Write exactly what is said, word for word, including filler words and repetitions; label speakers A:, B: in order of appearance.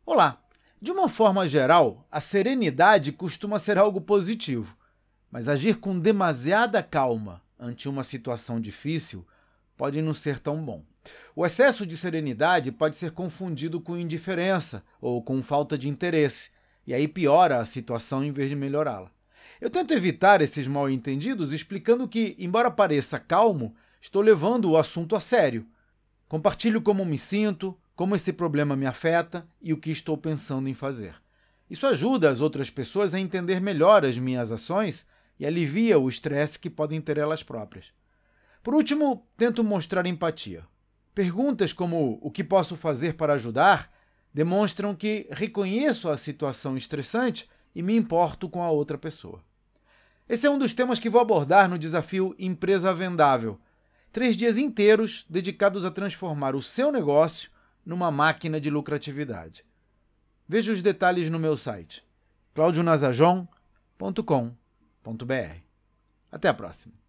A: Olá! De uma forma geral, a serenidade costuma ser algo positivo, mas agir com demasiada calma ante uma situação difícil pode não ser tão bom. O excesso de serenidade pode ser confundido com indiferença ou com falta de interesse, e aí piora a situação em vez de melhorá-la. Eu tento evitar esses mal-entendidos explicando que, embora pareça calmo, estou levando o assunto a sério. Compartilho como me sinto, como esse problema me afeta e o que estou pensando em fazer. Isso ajuda as outras pessoas a entender melhor as minhas ações e alivia o estresse que podem ter elas próprias. Por último, tento mostrar empatia. Perguntas como o que posso fazer para ajudar demonstram que reconheço a situação estressante e me importo com a outra pessoa. Esse é um dos temas que vou abordar no desafio Empresa Vendável. Três dias inteiros dedicados a transformar o seu negócio numa máquina de lucratividade. Veja os detalhes no meu site claudio nazajon ponto com ponto br. Até a próxima!